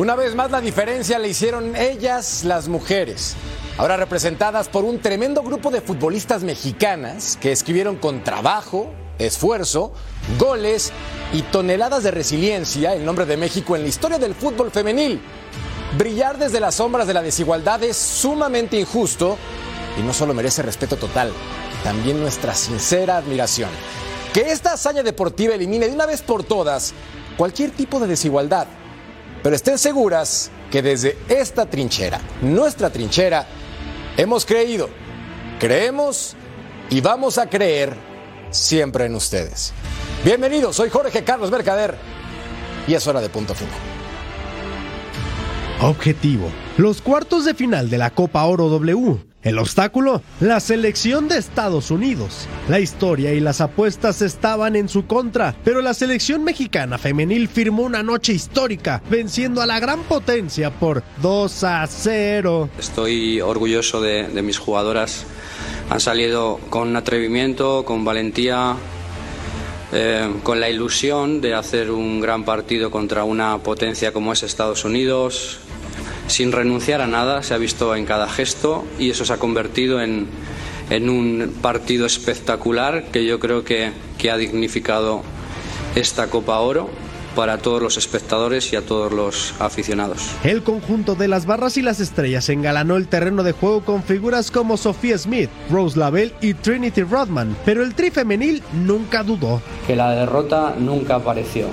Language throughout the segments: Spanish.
Una vez más la diferencia la hicieron ellas, las mujeres. Ahora representadas por un tremendo grupo de futbolistas mexicanas que escribieron con trabajo, esfuerzo, goles y toneladas de resiliencia el nombre de México en la historia del fútbol femenil. Brillar desde las sombras de la desigualdad es sumamente injusto y no solo merece respeto total, también nuestra sincera admiración. Que esta hazaña deportiva elimine de una vez por todas cualquier tipo de desigualdad. Pero estén seguras que desde esta trinchera, nuestra trinchera, hemos creído, creemos y vamos a creer siempre en ustedes. Bienvenidos, soy Jorge Carlos Mercader y es hora de Punto Final. Objetivo: los cuartos de final de la Copa Oro W. El obstáculo: la selección de Estados Unidos. La historia y las apuestas estaban en su contra, pero la selección mexicana femenil firmó una noche histórica, venciendo a la gran potencia por 2-0. Estoy orgulloso de mis jugadoras. Han salido con atrevimiento, con valentía, con la ilusión de hacer un gran partido contra una potencia como es Estados Unidos, sin renunciar a nada. Se ha visto en cada gesto y eso se ha convertido en un partido espectacular que yo creo que ha dignificado esta Copa Oro para todos los espectadores y a todos los aficionados. El conjunto de las barras y las estrellas engalanó el terreno de juego con figuras como Sophia Smith, Rose Lavelle y Trinity Rodman, pero el tri femenil nunca dudó. Que la derrota nunca apareció.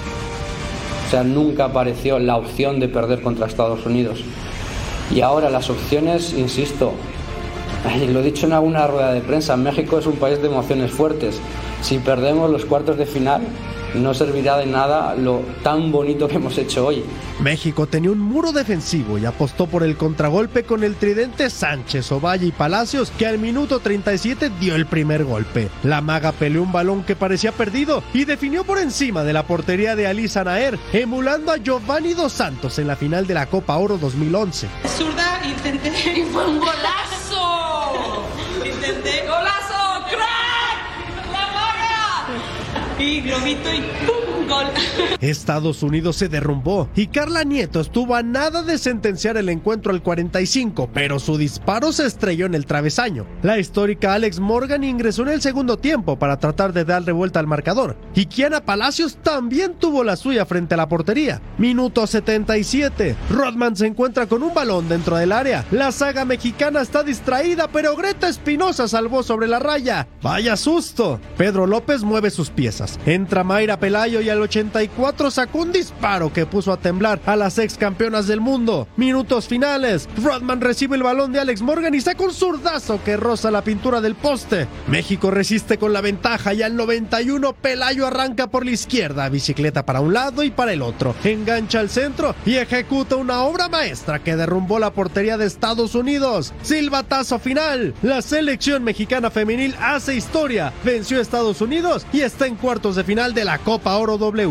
O sea, nunca apareció la opción de perder contra Estados Unidos. Y ahora las opciones, insisto, lo he dicho en alguna rueda de prensa, México es un país de emociones fuertes. Si perdemos los cuartos de final, no servirá de nada lo tan bonito que hemos hecho hoy. México tenía un muro defensivo y apostó por el contragolpe con el tridente Sánchez, Ovalle y Palacios, que al minuto 37 dio el primer golpe. La maga peleó un balón que parecía perdido y definió por encima de la portería de Alisa Naer, emulando a Giovanni Dos Santos en la final de la Copa Oro 2011. Zurda, intenté y fue un golazo. Intenté, golazo, crack, la maga. Y globito y ¡pum! Gol. Estados Unidos se derrumbó y Carla Nieto estuvo a nada de sentenciar el encuentro al 45, pero su disparo se estrelló en el travesaño. La histórica Alex Morgan ingresó en el segundo tiempo para tratar de darle vuelta al marcador, y Kiana Palacios también tuvo la suya frente a la portería. Minuto 77, Rodman se encuentra con un balón dentro del área. La saga mexicana está distraída, pero Greta Espinosa salvó sobre la raya. ¡Vaya susto! Pedro López mueve sus piezas. Entra Mayra Pelayo y al 84 sacó un disparo que puso a temblar a las ex campeonas del mundo. Minutos finales, Rodman recibe el balón de Alex Morgan y saca un zurdazo que roza la pintura del poste. México resiste con la ventaja y al 91 Pelayo arranca por la izquierda, bicicleta para un lado y para el otro, engancha al centro y ejecuta una obra maestra que derrumbó la portería de Estados Unidos. Silbatazo final, la selección mexicana femenil hace historia, venció a Estados Unidos y está en cuartos de final de la Copa Oro W.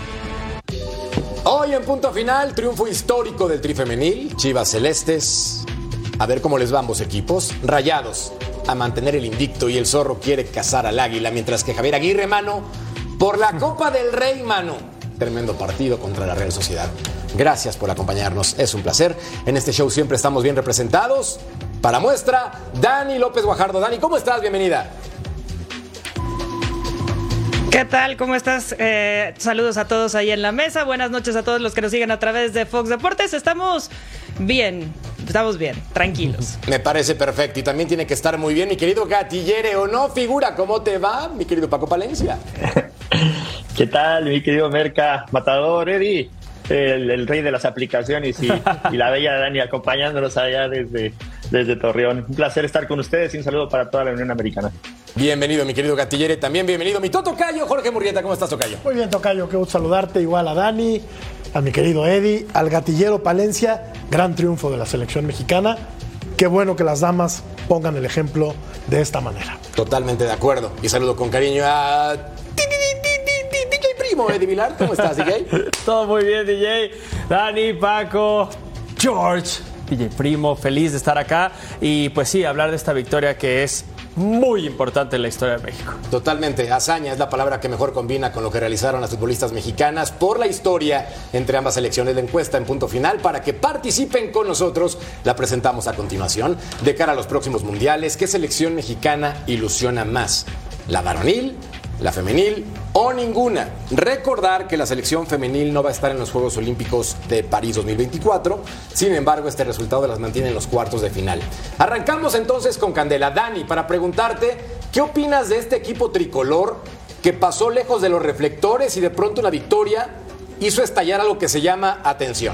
Hoy en Punto Final, triunfo histórico del tri femenil, Chivas Celestes. A ver cómo les va a ambos equipos. Rayados a mantener el invicto y el Zorro quiere cazar al Águila, mientras que Javier Aguirre, mano, por la Copa del Rey, mano. Tremendo partido contra la Real Sociedad. Gracias por acompañarnos, es un placer. En este show siempre estamos bien representados. Para muestra, Dani López Guajardo. Dani, ¿cómo estás? Bienvenida. ¿Qué tal? ¿Cómo estás? Saludos a todos ahí en la mesa. Buenas noches a todos los que nos siguen a través de Fox Deportes. Estamos bien, tranquilos. Me parece perfecto y también tiene que estar muy bien mi querido Gatillere, ¿o no? Figura, ¿cómo te va, mi querido Paco Palencia? ¿Qué tal, mi querido Merca? Matador, Eddie, el rey de las aplicaciones y la bella Dani acompañándonos allá desde Torreón. Un placer estar con ustedes y un saludo para toda la Unión Americana. Bienvenido, mi querido Gatillere. También bienvenido mi tocayo, Jorge Murrieta. ¿Cómo estás, tocayo? Muy bien, tocayo. Qué gusto saludarte. Igual a Dani, a mi querido Eddie, al gatillero Palencia. Gran triunfo de la selección mexicana. Qué bueno que las damas pongan el ejemplo de esta manera. Totalmente de acuerdo. Y saludo con cariño a DJ Primo, Eddie Vilar. ¿Cómo estás, DJ? Todo muy bien, DJ. Dani, Paco, George. DJ Primo, feliz de estar acá y pues sí, hablar de esta victoria que es muy importante en la historia de México. Totalmente, hazaña es la palabra que mejor combina con lo que realizaron las futbolistas mexicanas por la historia entre ambas selecciones. La encuesta en Punto Final para que participen con nosotros la presentamos a continuación. De cara a los próximos mundiales, ¿qué selección mexicana ilusiona más? ¿La varonil, la femenil o ninguna? Recordar que la selección femenil no va a estar en los Juegos Olímpicos de París 2024. Sin embargo, este resultado las mantiene en los cuartos de final. Arrancamos entonces con Candela. Dani, para preguntarte, ¿qué opinas de este equipo tricolor que pasó lejos de los reflectores y de pronto una victoria hizo estallar algo que se llama atención?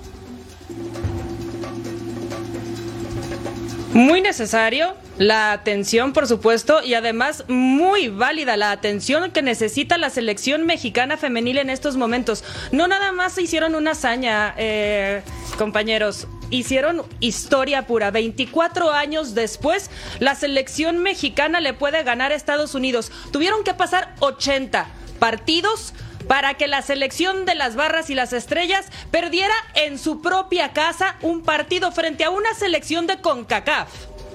Muy necesario la atención, por supuesto, y además muy válida la atención que necesita la selección mexicana femenil en estos momentos. No nada más hicieron una hazaña, compañeros, hicieron historia pura. 24 años después, la selección mexicana le puede ganar a Estados Unidos. Tuvieron que pasar 80 partidos para que la selección de las Barras y las Estrellas perdiera en su propia casa un partido frente a una selección de CONCACAF.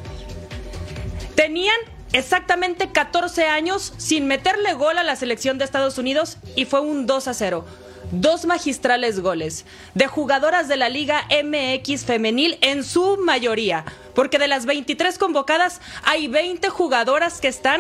Tenían exactamente 14 años sin meterle gol a la selección de Estados Unidos y fue un 2-0. 2 magistrales goles de jugadoras de la Liga MX femenil en su mayoría, porque de las 23 convocadas hay 20 jugadoras que están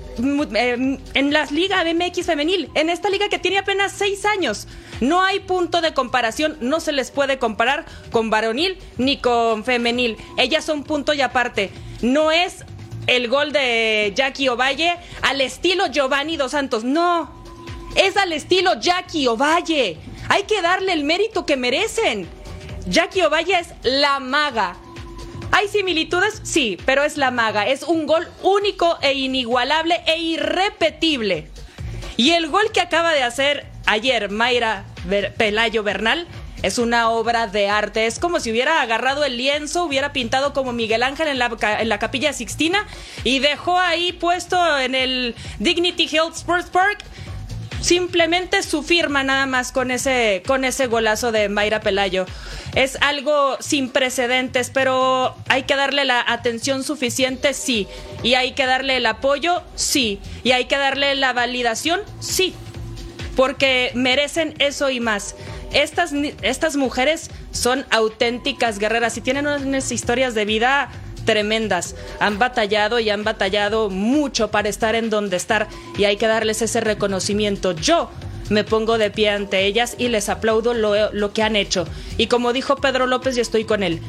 en la Liga MX femenil, en esta liga que tiene apenas 6 años. No hay punto de comparación, no se les puede comparar con varonil ni con femenil. Ellas son punto y aparte. No es el gol de Jackie Ovalle al estilo Giovanni Dos Santos, no. Es al estilo Jackie Ovalle. Hay que darle el mérito que merecen. Jackie Ovalle es la maga. ¿Hay similitudes? Sí, pero es la maga. Es un gol único e inigualable e irrepetible. Y el gol que acaba de hacer ayer Mayra Pelayo Bernal es una obra de arte. Es como si hubiera agarrado el lienzo, hubiera pintado como Miguel Ángel en la Capilla Sixtina y dejó ahí puesto en el Dignity Health Sports Park simplemente su firma nada más con ese golazo de Mayra Pelayo. Es algo sin precedentes, pero hay que darle la atención suficiente, sí. Y hay que darle el apoyo, sí. Y hay que darle la validación, sí. Porque merecen eso y más. Estas mujeres son auténticas guerreras y tienen unas historias de vida tremendas. Han batallado y han batallado mucho para estar en donde estar y hay que darles ese reconocimiento. Yo me pongo de pie ante ellas y les aplaudo lo que han hecho. Y como dijo Pedro López, y estoy con él,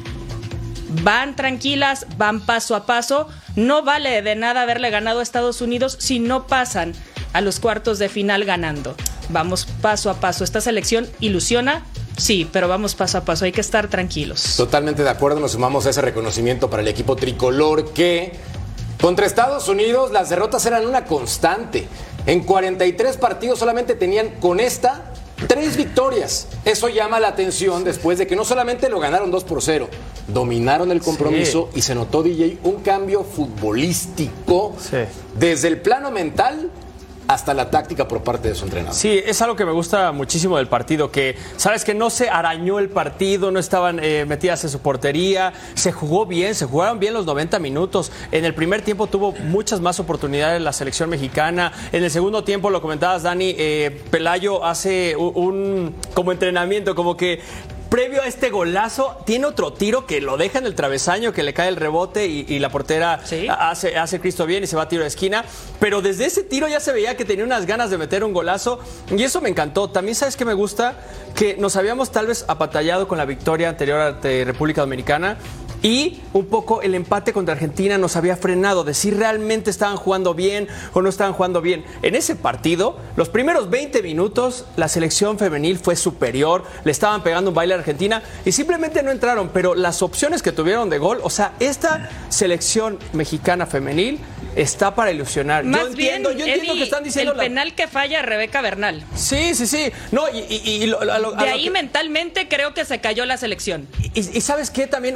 van tranquilas, van paso a paso. No vale de nada haberle ganado a Estados Unidos si no pasan a los cuartos de final ganando. Vamos paso a paso. Esta selección ilusiona, sí, pero vamos paso a paso, hay que estar tranquilos. Totalmente de acuerdo, nos sumamos a ese reconocimiento para el equipo tricolor que contra Estados Unidos las derrotas eran una constante. En 43 partidos solamente tenían con esta 3 victorias. Eso llama la atención después de que no solamente lo ganaron 2-0, dominaron el compromiso y se notó, DJ, un cambio futbolístico desde el plano mental hasta la táctica por parte de su entrenador. Sí, es algo que me gusta muchísimo del partido, que sabes que no se arañó el partido, no estaban metidas en su portería, se jugó bien, se jugaron bien los 90 minutos. En el primer tiempo tuvo muchas más oportunidades la selección mexicana. En el segundo tiempo, lo comentabas, Dani, Pelayo hace un como entrenamiento, como que previo a este golazo, tiene otro tiro que lo deja en el travesaño, que le cae el rebote y la portera hace Cristo bien y se va a tiro de esquina. Pero desde ese tiro ya se veía que tenía unas ganas de meter un golazo y eso me encantó. También, ¿sabes qué me gusta? Que nos habíamos tal vez apatallado con la victoria anterior ante República Dominicana y un poco el empate contra Argentina nos había frenado de si realmente estaban jugando bien o no estaban jugando bien. En ese partido, los primeros 20 minutos, la selección femenil fue superior, le estaban pegando un baile a Argentina y simplemente no entraron, pero las opciones que tuvieron de gol, o sea, esta selección mexicana femenil está para ilusionar. Más yo entiendo que están diciendo el penal que falla Rebeca Bernal. Sí. No, de ahí mentalmente creo que se cayó la selección. Y ¿sabes qué? También un partido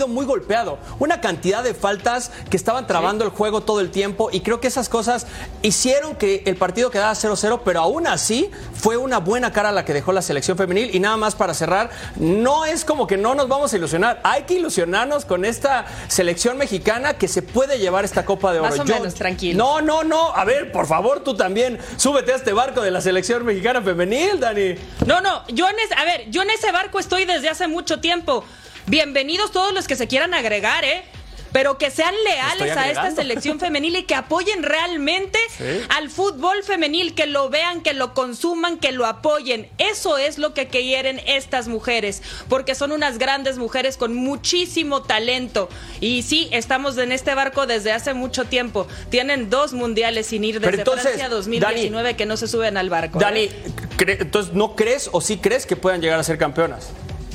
muy golpeado. Una cantidad de faltas que estaban trabando el juego todo el tiempo, y creo que esas cosas hicieron que el partido quedara 0-0, pero aún así fue una buena cara la que dejó la selección femenil. Y nada más para cerrar, no es como que no nos vamos a ilusionar. Hay que ilusionarnos con esta selección mexicana que se puede llevar esta Copa de Oro. Más o menos, tranquilo. No. A ver, por favor, tú también súbete a este barco de la selección mexicana femenil, Dani. No, yo en ese barco estoy desde hace mucho tiempo. Bienvenidos todos los que se quieran agregar, pero que sean leales a esta selección femenil y que apoyen realmente al fútbol femenil, que lo vean, que lo consuman, que lo apoyen. Eso es lo que quieren estas mujeres, porque son unas grandes mujeres con muchísimo talento. Y sí, estamos en este barco desde hace mucho tiempo. Tienen 2 mundiales sin ir desde Francia 2019, Dani, que no se suben al barco. Dani, entonces, ¿no crees o sí crees que puedan llegar a ser campeonas?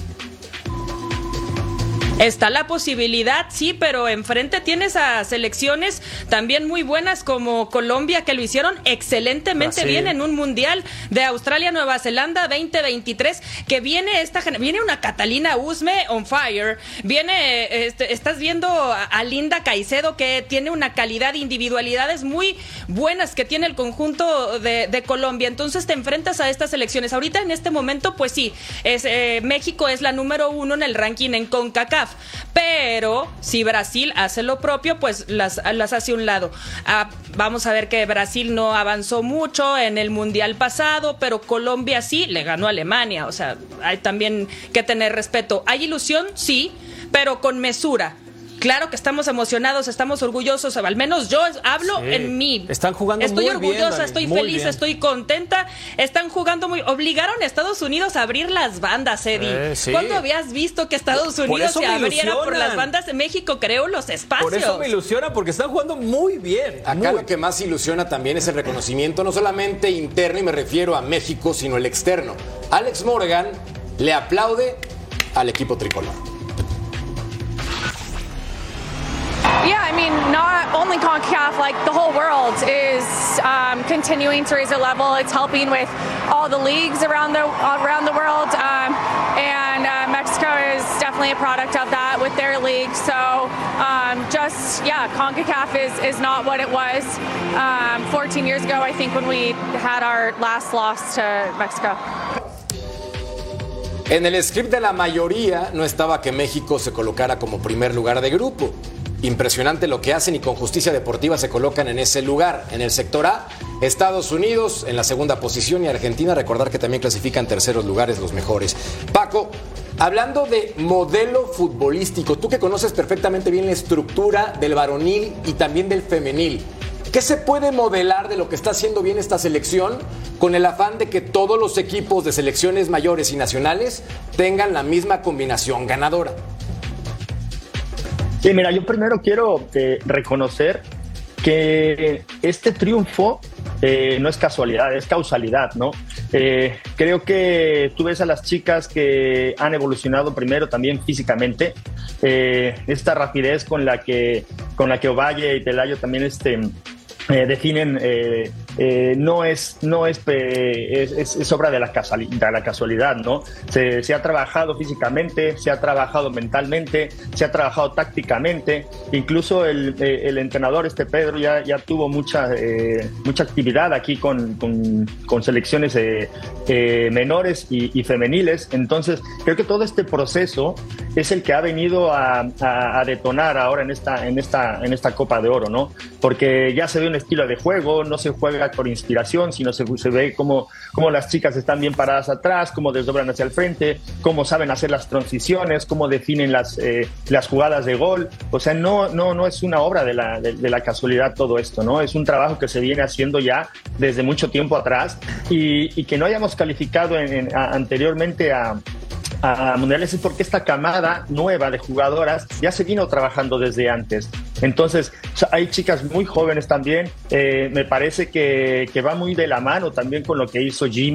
Está la posibilidad, sí, pero enfrente tienes a selecciones también muy buenas como Colombia, que lo hicieron excelentemente bien en un mundial, de Australia, Nueva Zelanda 2023, que viene una Catalina Usme on fire, estás viendo a Linda Caicedo, que tiene una calidad, individualidades muy buenas que tiene el conjunto de Colombia. Entonces te enfrentas a estas selecciones. Ahorita en este momento, pues sí, México es la número 1 en el ranking en CONCACAF. Pero si Brasil hace lo propio, pues las hace a un lado. Vamos a ver que Brasil no avanzó mucho en el mundial pasado, pero Colombia sí le ganó a Alemania. O sea, hay también que tener respeto. ¿Hay ilusión? Sí, pero con mesura. Claro que estamos emocionados, estamos orgullosos, al menos yo hablo en mí. Están jugando muy bien. Estoy orgullosa, Dani, estoy feliz, estoy contenta. Están jugando obligaron a Estados Unidos a abrir las bandas, Eddie. ¿Cuándo habías visto que Estados Unidos se abriera por las bandas? En México creó los espacios. Por eso me ilusiona, porque están jugando muy bien. Acá lo que más ilusiona también es el reconocimiento, no solamente interno, y me refiero a México, sino el externo. Alex Morgan le aplaude al equipo tricolor. Yeah, I mean, not only CONCACAF, like the whole world is continuing to raise their level. It's helping with all the leagues around the world, and Mexico is definitely a product of that with their league. So CONCACAF is not what it was 14 years ago, I think, when we had our last loss to Mexico. En el script de la mayoría no estaba que México se colocara como primer lugar de grupo. Impresionante lo que hacen y con justicia deportiva se colocan en ese lugar. En el sector A, Estados Unidos en la segunda posición y Argentina, recordar que también clasifican terceros lugares los mejores. Paco, hablando de modelo futbolístico, tú que conoces perfectamente bien la estructura del varonil y también del femenil, ¿qué se puede modelar de lo que está haciendo bien esta selección con el afán de que todos los equipos de selecciones mayores y nacionales tengan la misma combinación ganadora? Sí, mira, yo primero quiero reconocer que este triunfo no es casualidad, es causalidad, ¿no? Creo que tú ves a las chicas que han evolucionado primero también físicamente, esta rapidez con la que Ovalle y Pelayo también definen, no es obra de la casualidad, ¿no? Se ha trabajado físicamente, se ha trabajado mentalmente, se ha trabajado tácticamente. Incluso el entrenador Pedro ya tuvo mucha actividad aquí con selecciones menores y femeniles. Entonces creo que todo este proceso es el que ha venido a detonar ahora en esta Copa de Oro, ¿no? Porque ya se ve un estilo de juego, no se juega por inspiración, sino se ve cómo las chicas están bien paradas atrás, cómo desdoblan hacia el frente, cómo saben hacer las transiciones, cómo definen las jugadas de gol. O sea, no es una obra de la casualidad todo esto, ¿no? Es un trabajo que se viene haciendo ya desde mucho tiempo atrás, y que no hayamos calificado anteriormente a mundiales es porque esta camada nueva de jugadoras ya se vino trabajando desde antes. Entonces, hay chicas muy jóvenes también. Me parece que va muy de la mano también con lo que hizo Jimmy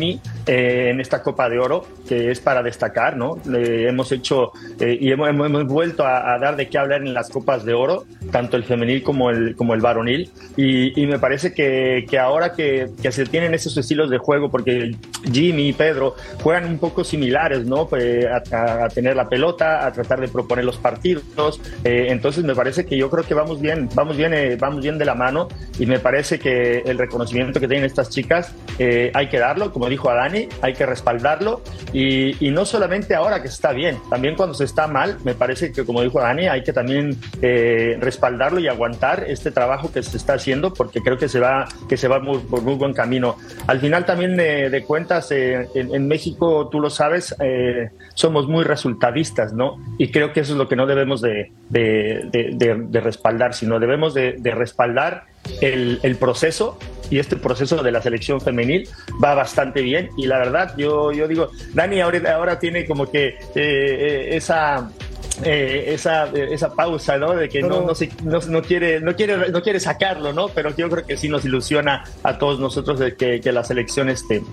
en esta Copa de Oro, que es para destacar, ¿no? Hemos hecho y hemos vuelto a dar de qué hablar en las Copas de Oro, tanto el femenil como el varonil, y me parece que ahora que se tienen esos estilos de juego, porque Jimmy y Pedro juegan un poco similares, ¿no? A tener la pelota, a tratar de proponer los partidos, entonces me parece que yo creo que vamos bien de la mano, y me parece que el reconocimiento que tienen estas chicas hay que darlo, como dijo a Dani, hay que respaldarlo, y no solamente ahora que está bien, también cuando se está mal, me parece que, como dijo Dani, hay que también respaldarlo y aguantar este trabajo que se está haciendo, porque creo que se va por muy buen camino. Al final también de cuentas, en México, tú lo sabes, somos muy resultadistas, ¿no? Y creo que eso es lo que no debemos de respaldar, sino debemos de respaldar el proceso, y este proceso de la selección femenil va bastante bien, y la verdad yo digo, Dani ahora tiene como que esa pausa, ¿no? De que no quiere sacarlo, ¿no? Pero yo creo que sí nos ilusiona a todos nosotros de que la selección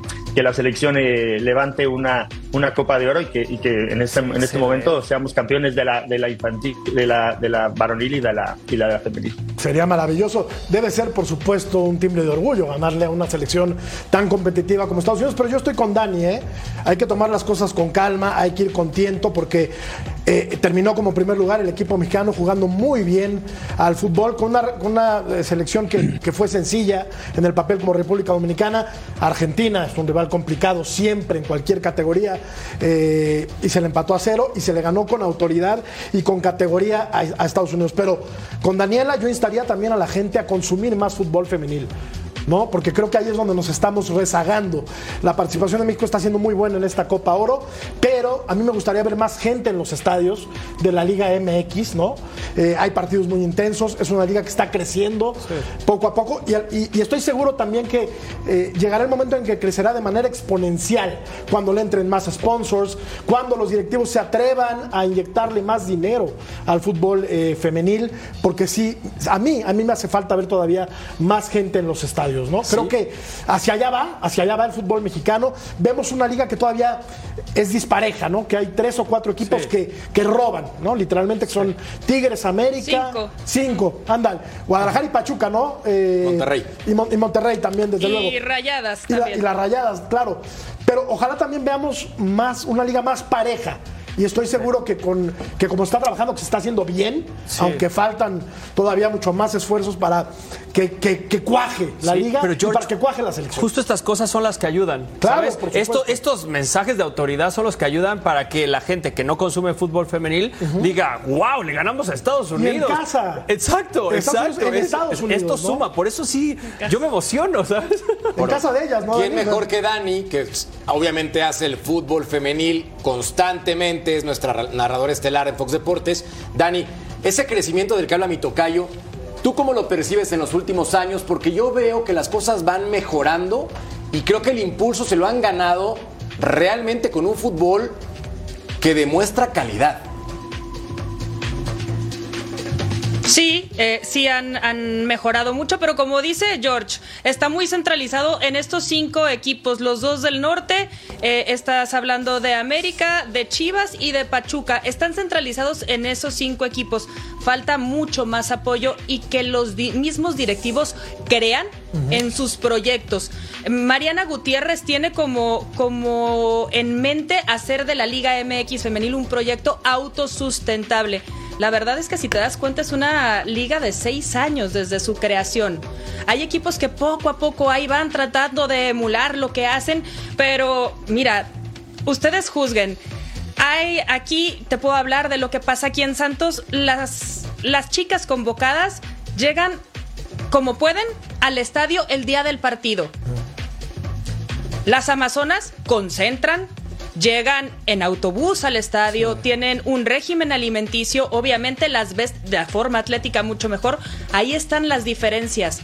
levante una Copa de Oro, y que en este momento seamos campeones de la infantil, de la varonil y de la femenil. Sería maravilloso. Debe ser, por supuesto, un timbre de orgullo ganarle a una selección tan competitiva como Estados Unidos, pero yo estoy con Dani, ¿eh? Hay que tomar las cosas con calma, hay que ir con tiento, porque terminó como primer lugar el equipo mexicano jugando muy bien al fútbol, con una selección que fue sencilla en el papel como República Dominicana. Argentina es un rival complicado siempre en cualquier categoría, y se le empató a 0 y se le ganó con autoridad y con categoría a Estados Unidos. Pero con Daniela yo instaría también a la gente a consumir más fútbol femenil, ¿no? Porque creo que ahí es donde nos estamos rezagando. La participación de México está siendo muy buena en esta Copa Oro, pero a mí me gustaría ver más gente en los estadios de la Liga MX, ¿no? Hay partidos muy intensos, es una liga que está creciendo poco a poco, y estoy seguro también que llegará el momento en que crecerá de manera exponencial cuando le entren más sponsors, cuando los directivos se atrevan a inyectarle más dinero al fútbol femenil, porque sí, a mí me hace falta ver todavía más gente en los estadios, ¿no? Sí. Creo que hacia allá va el fútbol mexicano. Vemos una liga que todavía es dispareja, ¿no? Que hay 3 o 4 equipos que roban, ¿no? Literalmente, que son Tigres, América. 5, andan. Guadalajara y Pachuca, ¿no? Monterrey. Y Monterrey también, desde luego. Y Rayadas también. Y las Rayadas, claro. Pero ojalá también veamos una liga más pareja. Y estoy seguro que como está trabajando, que se está haciendo bien, aunque faltan todavía mucho más esfuerzos para que cuaje la liga, pero George, y para que cuaje la selección. Justo estas cosas son las que ayudan, claro, ¿sabes? Estos mensajes de autoridad son los que ayudan para que la gente que no consume fútbol femenil diga, wow, le ganamos a Estados Unidos. Y en casa. Exacto. Estados Unidos, esto suma, por eso sí, yo me emociono, ¿sabes? En casa de ellas, ¿no? ¿Quién mejor que Dani, que obviamente hace el fútbol femenil constantemente, es nuestra narradora estelar en Fox Deportes? Dani, ese crecimiento del que habla mi tocayo, ¿tú cómo lo percibes en los últimos años? Porque yo veo que las cosas van mejorando y creo que el impulso se lo han ganado realmente con un fútbol que demuestra calidad. Sí, sí han mejorado mucho, pero como dice George, está muy centralizado en estos 5 equipos, los 2 del norte, estás hablando de América, de Chivas y de Pachuca, están centralizados en esos 5 equipos. Falta mucho más apoyo y que los mismos directivos crean en sus proyectos. Mariana Gutiérrez tiene como en mente hacer de la Liga MX femenil un proyecto autosustentable. La verdad es que, si te das cuenta, es una liga de 6 años desde su creación. Hay equipos que poco a poco ahí van tratando de emular lo que hacen, pero mira, ustedes juzguen. Aquí te puedo hablar de lo que pasa aquí en Santos. Las chicas convocadas llegan como pueden al estadio el día del partido. Las amazonas concentran, llegan en autobús al estadio, tienen un régimen alimenticio, obviamente las ves de forma atlética mucho mejor. Ahí están las diferencias.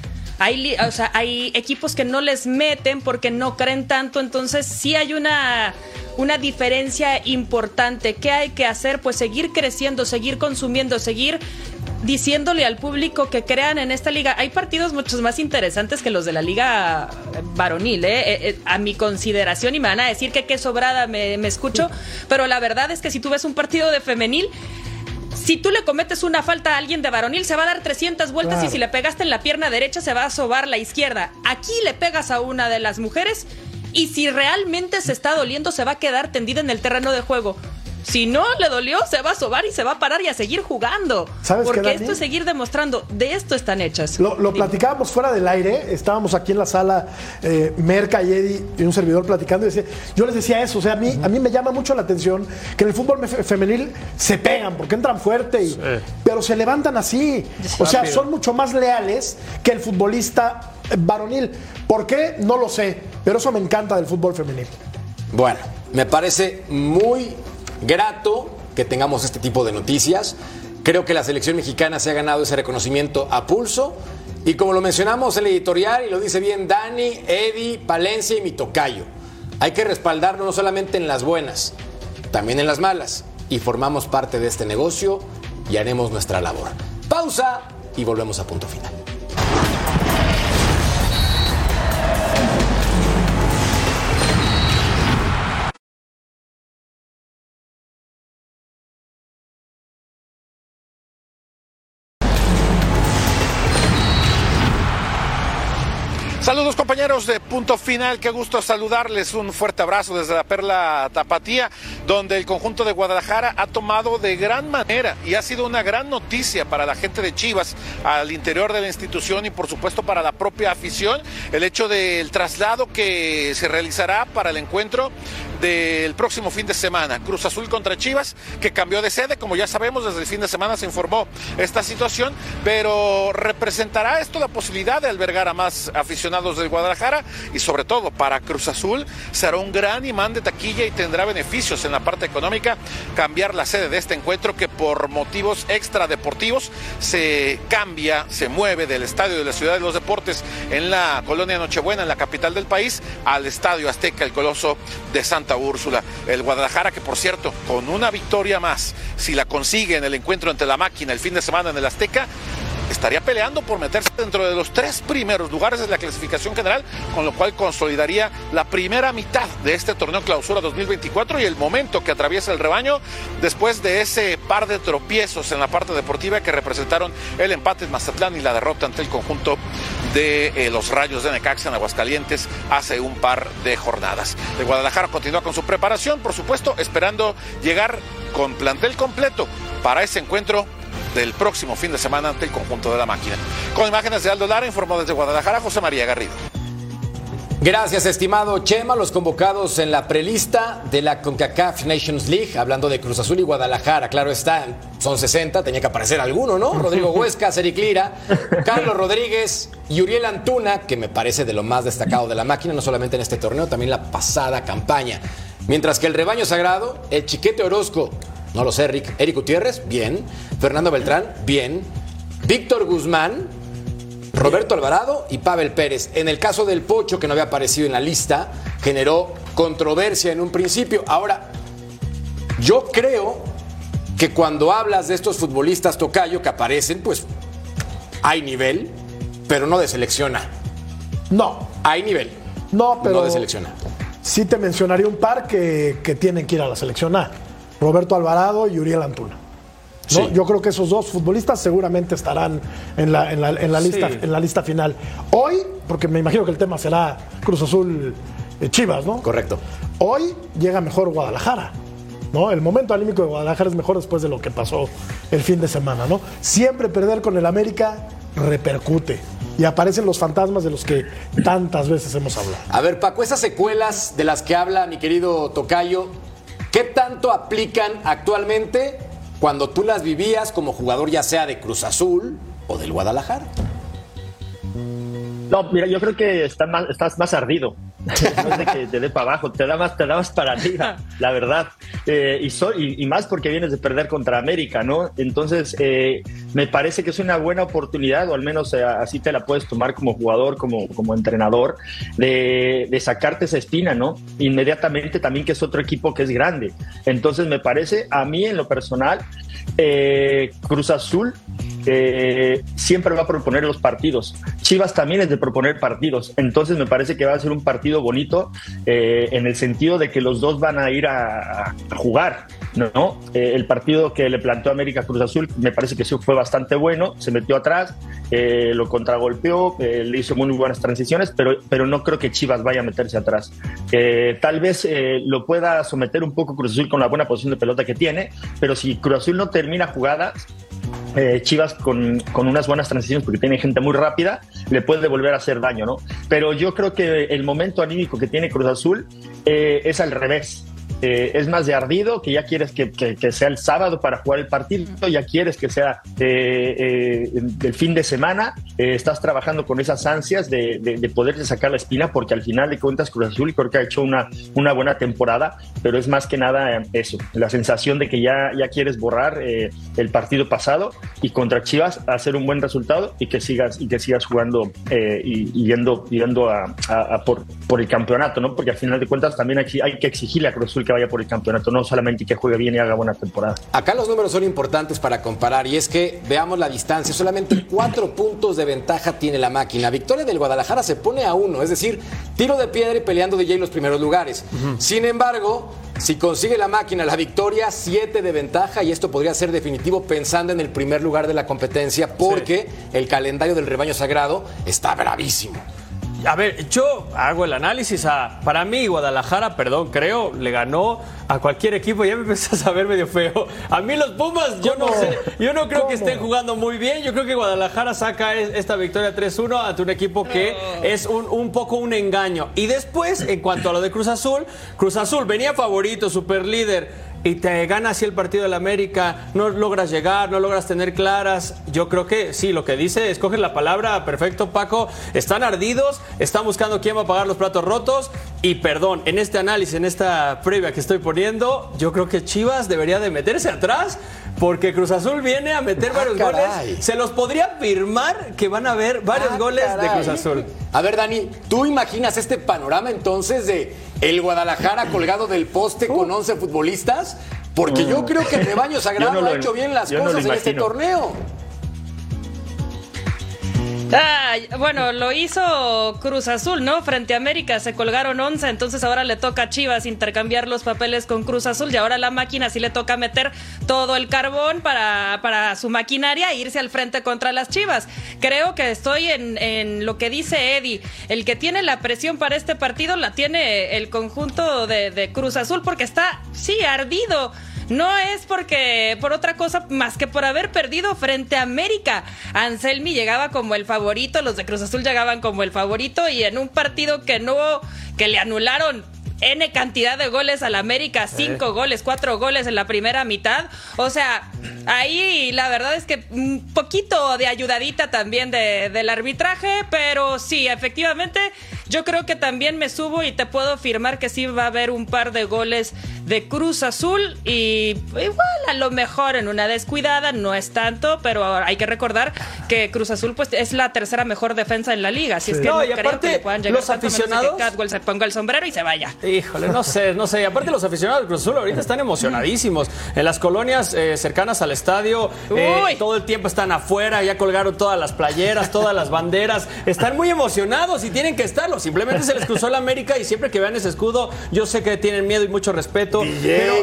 Hay equipos que no les meten porque no creen tanto, entonces sí hay una diferencia importante. ¿Qué hay que hacer? Pues seguir creciendo, seguir consumiendo, seguir diciéndole al público que crean en esta liga. Hay partidos muchos más interesantes que los de la liga varonil, a mi consideración, y me van a decir que qué sobrada me escucho, pero la verdad es que si tú ves un partido de femenil, si tú le cometes una falta a alguien de varonil, se va a dar 300 vueltas, claro. Y si le pegaste en la pierna derecha, se va a sobar la izquierda. Aquí le pegas a una de las mujeres y si realmente se está doliendo, se va a quedar tendida en el terreno de juego. Si no le dolió, se va a sobar y se va a parar y a seguir jugando. ¿Sabes porque qué, esto es seguir demostrando. De esto están hechas. Lo platicábamos fuera del aire. Estábamos aquí en la sala, Merca y Eddie y un servidor platicando. Y yo les decía eso. O sea, a mí me llama mucho la atención que en el fútbol femenil se pegan porque entran fuerte, pero se levantan así. O sea, son mucho más leales que el futbolista varonil. ¿Por qué? No lo sé. Pero eso me encanta del fútbol femenil. Bueno, me parece muy grato que tengamos este tipo de noticias. Creo que la selección mexicana se ha ganado ese reconocimiento a pulso. Y como lo mencionamos en el editorial, y lo dice bien Dani, Eddie, Palencia y mi tocayo, hay que respaldarnos no solamente en las buenas, también en las malas. Y formamos parte de este negocio y haremos nuestra labor. Pausa y volvemos a Punto Final. Saludos compañeros de Punto Final, qué gusto saludarles, un fuerte abrazo desde la Perla Tapatía, donde el conjunto de Guadalajara ha tomado de gran manera y ha sido una gran noticia para la gente de Chivas al interior de la institución y por supuesto para la propia afición, el hecho del traslado que se realizará para el encuentro del próximo fin de semana, Cruz Azul contra Chivas, que cambió de sede, como ya sabemos, desde el fin de semana se informó esta situación, pero representará esto la posibilidad de albergar a más aficionados del Guadalajara y sobre todo para Cruz Azul será un gran imán de taquilla y tendrá beneficios en la parte económica cambiar la sede de este encuentro que por motivos extradeportivos se cambia, se mueve del estadio de la Ciudad de los Deportes en la colonia Nochebuena, en la capital del país, al Estadio Azteca, el Coloso de Santa Úrsula. El Guadalajara, que por cierto, con una victoria más, si la consigue en el encuentro ante la Máquina el fin de semana en el Azteca, estaría peleando por meterse dentro de los 3 primeros lugares de la clasificación general, con lo cual consolidaría la primera mitad de este torneo Clausura 2024 y el momento que atraviesa el rebaño después de ese par de tropiezos en la parte deportiva que representaron el empate en Mazatlán y la derrota ante el conjunto de los Rayos de Necaxa en Aguascalientes hace un par de jornadas. El Guadalajara continúa con su preparación, por supuesto, esperando llegar con plantel completo para ese encuentro del próximo fin de semana ante el conjunto de la Máquina. Con imágenes de Aldo Lara, informó desde Guadalajara José María Garrido. Gracias, estimado Chema. Los convocados en la prelista de la CONCACAF Nations League, hablando de Cruz Azul y Guadalajara, claro está, son 60, tenía que aparecer alguno, ¿no? Rodrigo Huesca, Eric Lira, Carlos Rodríguez y Uriel Antuna, que me parece de lo más destacado de la Máquina, no solamente en este torneo, también la pasada campaña. Mientras que el rebaño sagrado, el Chiquete Orozco, no lo sé, Eric Gutiérrez, bien. Fernando Beltrán, bien. Víctor Guzmán, Roberto Alvarado y Pavel Pérez. En el caso del Pocho, que no había aparecido en la lista, generó controversia en un principio. Ahora, yo creo que cuando hablas de estos futbolistas tocayo que aparecen, pues hay nivel, pero no de selección A. No. Hay nivel. No, pero no de selección A. Sí te mencionaría un par que tienen que ir a la selección A. Roberto Alvarado y Uriel Antuna. ¿No? Sí. Yo creo que esos dos futbolistas seguramente estarán en la lista final. Hoy, porque me imagino que el tema será Cruz Azul Chivas, ¿no? Correcto. Hoy llega mejor Guadalajara, ¿no? El momento anímico de Guadalajara es mejor después de lo que pasó el fin de semana, ¿no? Siempre perder con el América repercute y aparecen los fantasmas de los que tantas veces hemos hablado. A ver, Paco, esas secuelas de las que habla mi querido tocayo, ¿qué tanto aplican actualmente cuando tú las vivías como jugador, ya sea de Cruz Azul o del Guadalajara? No, mira, yo creo que estás más ardido. No es de que te dé para abajo, te da más para arriba, la verdad. Y más porque vienes de perder contra América, ¿no? Entonces, me parece que es una buena oportunidad, o al menos así te la puedes tomar como jugador, como entrenador, de sacarte esa espina, ¿no? Inmediatamente también, que es otro equipo que es grande. Entonces, me parece, a mí en lo personal, Cruz Azul siempre va a proponer los partidos. Chivas también es de proponer partidos. Entonces me parece que va a ser un partido bonito, en el sentido de que los dos van a ir a jugar, ¿no? El partido que le planteó América Cruz Azul me parece que sí fue bastante bueno. Se metió atrás, lo contragolpeó, le hizo muy buenas transiciones, pero no creo que Chivas vaya a meterse atrás. Tal vez lo pueda someter un poco Cruz Azul con la buena posición de pelota que tiene, pero si Cruz Azul no termina jugadas, Chivas con unas buenas transiciones, porque tiene gente muy rápida, le puede volver a hacer daño, ¿no? Pero yo creo que el momento anímico que tiene Cruz Azul es al revés. Es más de ardido, que ya quieres que sea el sábado para jugar el partido, ya quieres que sea el fin de semana. Estás trabajando con esas ansias de poderse sacar la espina, porque al final de cuentas Cruz Azul creo que ha hecho una buena temporada, pero es más que nada eso, la sensación de que ya quieres borrar el partido pasado y contra Chivas hacer un buen resultado y que sigas jugando y yendo a por el campeonato, ¿no? Porque al final de cuentas también hay que exigirle a Cruz Azul que vaya por el campeonato, no solamente que juegue bien y haga buena temporada. Acá los números son importantes para comparar, y es que veamos la distancia. Solamente 4 puntos de ventaja tiene la máquina. Victoria del Guadalajara se pone a 1, es decir, tiro de piedra y peleando DJ los primeros lugares. Sin embargo, si consigue la máquina la victoria, 7 de ventaja, y esto podría ser definitivo pensando en el primer lugar de la competencia, porque el calendario del rebaño sagrado está bravísimo. A ver, yo hago el análisis. Para mí, Guadalajara, creo, le ganó a cualquier equipo. Ya me empezó a saber medio feo. A mí los Pumas, yo no sé. Yo no creo que estén jugando muy bien. Yo creo que Guadalajara saca esta victoria 3-1 ante un equipo que es un poco un engaño. Y después, en cuanto a lo de Cruz Azul venía favorito, super líder, y te gana así el partido del América, no logras llegar, no logras tener claras. Yo creo que sí, lo que dice, escoges la palabra, perfecto, Paco. Están ardidos, están buscando quién va a pagar los platos rotos. Y perdón, en este análisis, en esta previa que estoy poniendo, yo creo que Chivas debería de meterse atrás, porque Cruz Azul viene a meter varios goles. Se los podría afirmar que van a haber varios goles de Cruz Azul. A ver, Dani, ¿tú imaginas este panorama entonces de el Guadalajara colgado del poste con 11 futbolistas? Porque yo creo que el rebaño sagrado ha hecho bien las cosas en este torneo. Bueno, lo hizo Cruz Azul, ¿no? Frente a América se colgaron 11, entonces ahora le toca a Chivas intercambiar los papeles con Cruz Azul, y ahora a la máquina sí le toca meter todo el carbón para su maquinaria e irse al frente contra las Chivas. Creo que estoy en lo que dice Eddie. El que tiene la presión para este partido la tiene el conjunto de Cruz Azul, porque está, sí, ardido. No es por otra cosa más que por haber perdido frente a América. Anselmi llegaba como el favorito, los de Cruz Azul llegaban como el favorito, y en un partido que le anularon N cantidad de goles al América, 5 goles, 4 goles en la primera mitad. O sea, ahí la verdad es que un poquito de ayudadita también del arbitraje, pero sí, efectivamente, yo creo que también me subo y te puedo afirmar que sí va a haber un par de goles de Cruz Azul, y igual a lo mejor en una descuidada, no es tanto, pero hay que recordar que Cruz Azul pues es la tercera mejor defensa en la liga, así es que no creo que le puedan llegar los aficionados, que Catwell se ponga el sombrero y se vaya. Híjole, no sé, aparte los aficionados de Cruz Azul ahorita están emocionadísimos. En las colonias cercanas al estadio, todo el tiempo están afuera, ya colgaron todas las playeras, todas las banderas, están muy emocionados y tienen que estarlo. Simplemente se les cruzó la América, y siempre que vean ese escudo, yo sé que tienen miedo y mucho respeto, pero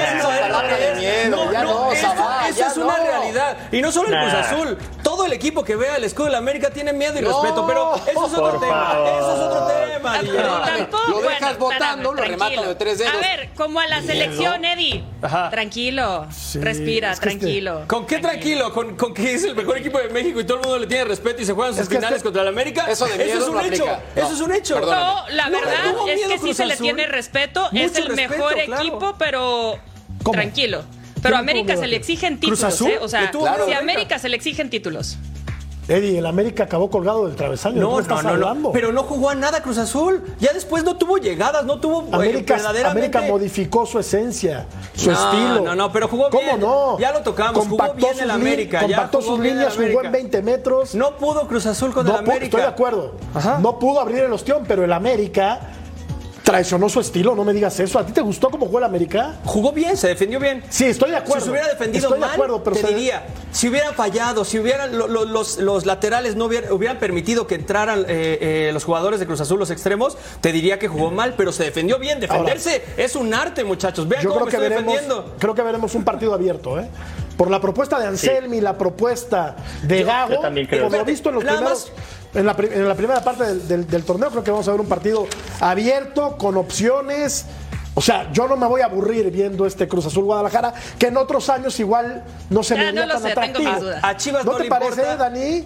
esa es una realidad. Y no solo el Cruz Azul, todo el equipo que vea el escudo de la América tiene miedo y respeto, pero eso es otro tema. Lo dejas votando, lo remato de 3 dedos. A ver, como a la selección, Eddie. Ajá. Tranquilo, respira, tranquilo. ¿Con qué tranquilo? ¿Con que es el mejor equipo de México y todo el mundo le tiene respeto y se juegan sus finales contra el América? Eso es un hecho. Eso es un hecho. No, la verdad es que sí se le tiene respeto. Es el mejor equipo, pero tranquilo. Pero a América se le exigen títulos, ¿eh? O sea, si a América se le exigen títulos. Eddie, el América acabó colgado del travesaño. No, pero no jugó a nada Cruz Azul. Ya después no tuvo llegadas, no tuvo verdaderamente. América modificó su esencia, su estilo. No, pero jugó bien. ¿Cómo no? Ya lo tocamos, jugó bien el América. Compactó sus líneas, jugó en 20 metros. No pudo Cruz Azul con el América. Estoy de acuerdo. Ajá. No pudo abrir el ostión, pero el América traicionó su estilo, no me digas eso. ¿A ti te gustó cómo jugó el América? Jugó bien, se defendió bien. Sí, estoy de acuerdo. Si se hubiera defendido mal, pero te diría, si hubieran fallado, si hubieran los laterales no hubieran permitido que entraran los jugadores de Cruz Azul, los extremos, te diría que jugó mal, pero se defendió bien. Defenderse es un arte, muchachos. Vean cómo me estoy defendiendo. Creo que veremos un partido abierto, por la propuesta de Anselmi, la propuesta de Gago, por lo visto en los primeros... En la primera parte del torneo creo que vamos a ver un partido abierto, con opciones. O sea, yo no me voy a aburrir viendo este Cruz Azul Guadalajara, que en otros años igual no se me veía tan atractivo. Tengo mis dudas. A Chivas ¿No te parece, Dani?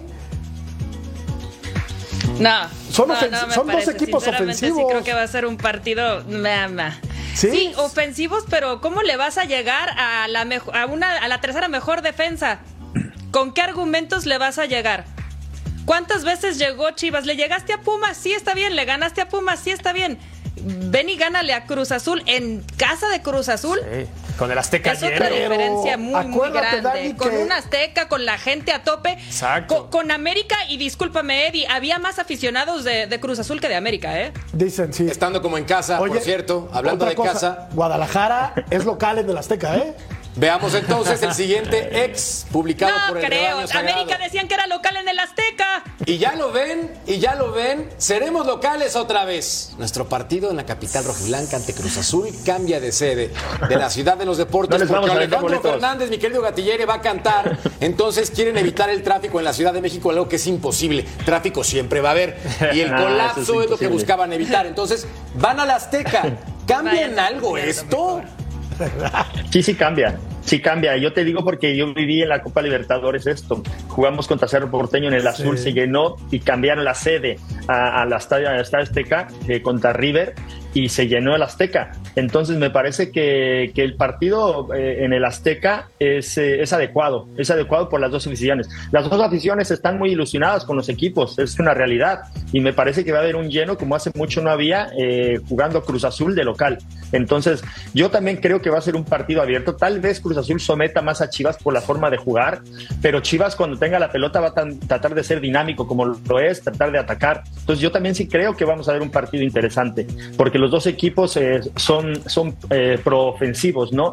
No. Son dos equipos ofensivos. Sí, creo que va a ser un partido... Sí, ofensivos, pero ¿cómo le vas a llegar a la tercera mejor defensa? ¿Con qué argumentos le vas a llegar? ¿Cuántas veces llegó Chivas? ¿Le llegaste a Pumas? Sí, está bien. ¿Le ganaste a Pumas? Sí, está bien. Ven y gánale a Cruz Azul en casa de Cruz Azul. Sí, con el Azteca lleno. Es otra diferencia muy grande. Dani, con un Azteca, con la gente a tope. Exacto. Con América, y discúlpame, Eddie, había más aficionados de Cruz Azul que de América, Dicen, sí. Estando como en casa, por cierto, hablando de casa. Guadalajara es local en el Azteca, Veamos entonces el siguiente ex publicado por el Rebaño Sagrado. América decían que era local en el Azteca. Y ya lo ven, seremos locales otra vez. Nuestro partido en la capital rojiblanca ante Cruz Azul cambia de sede de la Ciudad de los Deportes, porque Alejandro Fernández, mi querido Gatillere, va a cantar. Entonces quieren evitar el tráfico en la Ciudad de México, algo que es imposible. Tráfico siempre va a haber. Y el colapso es lo que buscaban evitar. Entonces van al Azteca. ¿Cambia en algo esto? Sí cambia. Sí cambia, yo te digo porque yo viví en la Copa Libertadores esto. Jugamos contra Cerro Porteño en el Azul, se llenó y cambiaron la sede al Estadio Azteca contra River y se llenó el Azteca. Entonces me parece que el partido en el Azteca es adecuado por las dos aficiones. Las dos aficiones están muy ilusionadas con los equipos, es una realidad, y me parece que va a haber un lleno como hace mucho no había jugando Cruz Azul de local. Entonces yo también creo que va a ser un partido abierto. Tal vez Cruz Azul someta más a Chivas por la forma de jugar, pero Chivas cuando tenga la pelota va a tratar de ser dinámico como lo es, tratar de atacar. Entonces yo también sí creo que vamos a ver un partido interesante, porque los dos equipos son proofensivos, ¿no?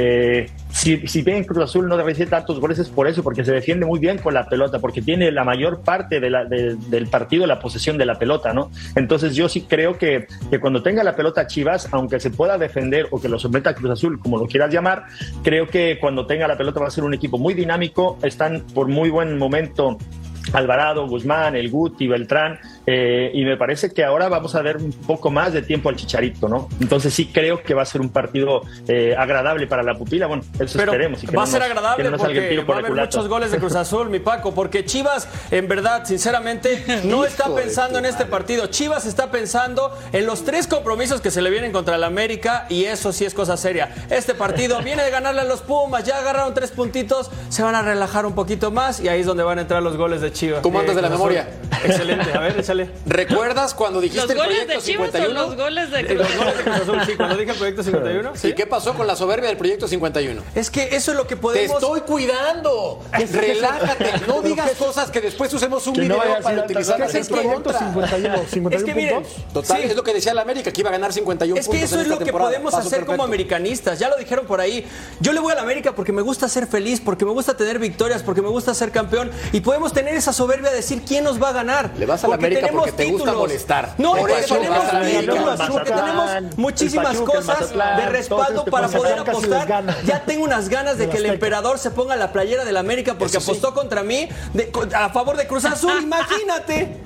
Si bien Cruz Azul no recibe tantos goles es por eso, porque se defiende muy bien con la pelota, porque tiene la mayor parte del partido la posesión de la pelota, ¿no? Entonces yo sí creo que cuando tenga la pelota Chivas, aunque se pueda defender o que lo someta a Cruz Azul, como lo quieras llamar, creo que cuando tenga la pelota va a ser un equipo muy dinámico. Están por muy buen momento Alvarado, Guzmán, el Guti, Beltrán, y me parece que ahora vamos a ver un poco más de tiempo al Chicharito, ¿no? Entonces sí creo que va a ser un partido agradable para la pupila. Bueno, eso pero esperemos. Va a ser agradable porque va a haber muchos goles de Cruz Azul, mi Paco, porque Chivas, en verdad, sinceramente, no está pensando en este partido. Chivas está pensando en los 3 compromisos que se le vienen contra el América, y eso sí es cosa seria. Este partido viene de ganarle a los Pumas, ya agarraron 3 puntitos, se van a relajar un poquito más, y ahí es donde van a entrar los goles de Chivas. ¿Cómo andas de la memoria? Excelente, a ver, échale. ¿Recuerdas cuando dijiste el proyecto 51? Los goles de Cruz Azul, sí, cuando dije el proyecto 51. ¿sí? ¿Y qué pasó con la soberbia del proyecto 51? Es que eso es lo que podemos... Te estoy cuidando. Relájate. No digas cosas que después usemos un video para utilizar ¿Qué es el proyecto 51 es que miren, puntos? Total, es lo que decía la América, que iba a ganar 51 puntos. Es que eso es lo que podemos hacer como americanistas. Ya lo dijeron por ahí. Yo le voy a la América porque me gusta ser feliz, porque me gusta tener victorias, porque me gusta ser campeón, y podemos tener esa soberbia de decir quién nos va a ganar. Le vas a la América porque te gusta molestar. No, por eso tenemos títulos, porque tenemos muchísimas cosas de respaldo para poder apostar. Ya tengo unas ganas de que el emperador se ponga la playera de la América porque apostó contra mí a favor de Cruz Azul. Imagínate.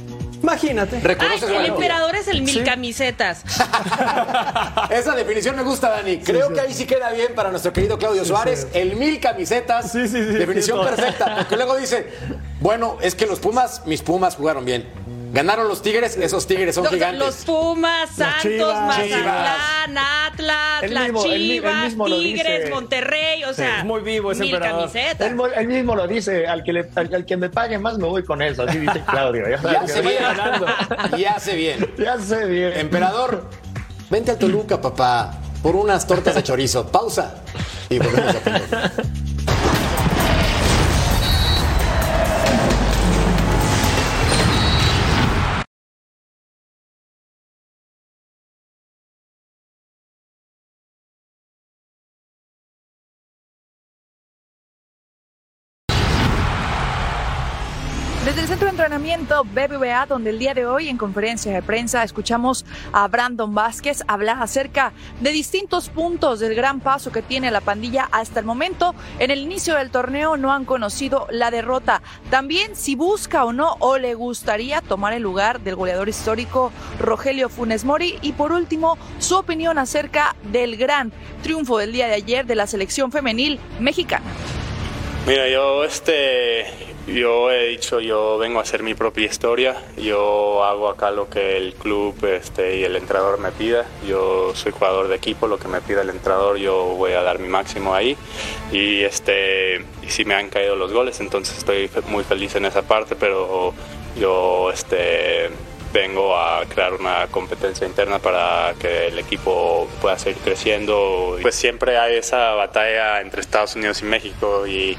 El emperador es el 1000 camisetas. Esa definición me gusta, Dani. Creo que ahí sí queda bien para nuestro querido Claudio Suárez. El 1000 camisetas. Definición perfecta. Porque luego dice, bueno, es que mis Pumas jugaron bien. Ganaron los Tigres, esos Tigres son gigantes. Los Pumas, Santos, Chivas. Mazatlán, Atlas, Él las mismo- él Chivas, mismo lo Tigres, dice. Monterrey, o sea, es muy vivo ese 1000 emperador. camisetas. Él mismo lo dice, al que me pague más me voy con eso, así dice Claudio. Ya Y sabes hace que- bien, y hace bien. Ya sé bien. Emperador, vente al Toluca, papá, por unas tortas de chorizo. Pausa y volvemos a Punto. Desde el centro de entrenamiento BBVA, donde el día de hoy en conferencia de prensa escuchamos a Brandon Vázquez hablar acerca de distintos puntos del gran paso que tiene la pandilla hasta el momento. En el inicio del torneo no han conocido la derrota. También si busca o no o le gustaría tomar el lugar del goleador histórico Rogelio Funes Mori. Y por último, su opinión acerca del gran triunfo del día de ayer de la selección femenil mexicana. Mira, yo he dicho, yo vengo a hacer mi propia historia, yo hago acá lo que el club y el entrenador me pida, yo soy jugador de equipo, lo que me pida el entrenador yo voy a dar mi máximo ahí y sí me han caído los goles, entonces estoy muy feliz en esa parte, pero yo vengo a crear una competencia interna para que el equipo pueda seguir creciendo. Pues siempre hay esa batalla entre Estados Unidos y México y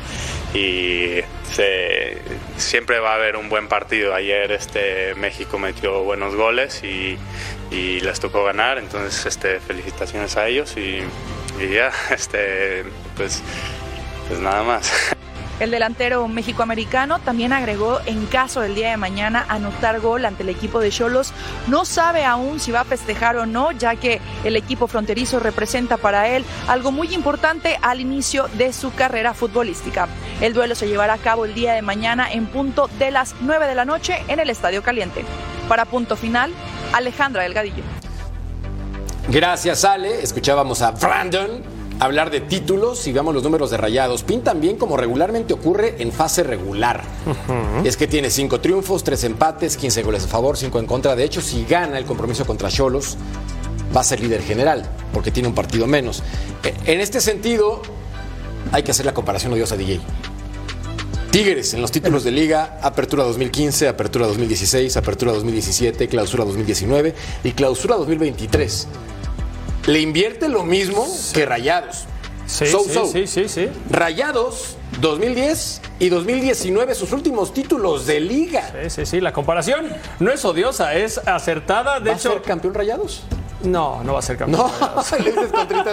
siempre va a haber un buen partido. Ayer México metió buenos goles y les tocó ganar, entonces felicitaciones a ellos y ya, pues nada más. El delantero mexicoamericano también agregó, en caso del día de mañana anotar gol ante el equipo de Xolos, no sabe aún si va a festejar o no, ya que el equipo fronterizo representa para él algo muy importante al inicio de su carrera futbolística. El duelo se llevará a cabo el día de mañana en punto de las 9 de la noche en el Estadio Caliente. Para Punto Final, Alejandra Delgadillo. Gracias, Ale. Escuchábamos a Brandon hablar de títulos y veamos los números de Rayados. Pintan bien como regularmente ocurre en fase regular. Es que tiene 5 triunfos, 3 empates, 15 goles a favor, 5 en contra. De hecho, si gana el compromiso contra Xolos, va a ser líder general, porque tiene un partido menos. En este sentido, hay que hacer la comparación odiosa, DJ. Tigres en los títulos de Liga, Apertura 2015, Apertura 2016, Apertura 2017, Clausura 2019 y Clausura 2023. Le invierte lo mismo que Rayados. Sí. Rayados, 2010 y 2019, sus últimos títulos de Liga. Sí. La comparación no es odiosa, es acertada. De hecho, ¿Va a ser campeón Rayados? No va a ser campeón. Le dices contrita.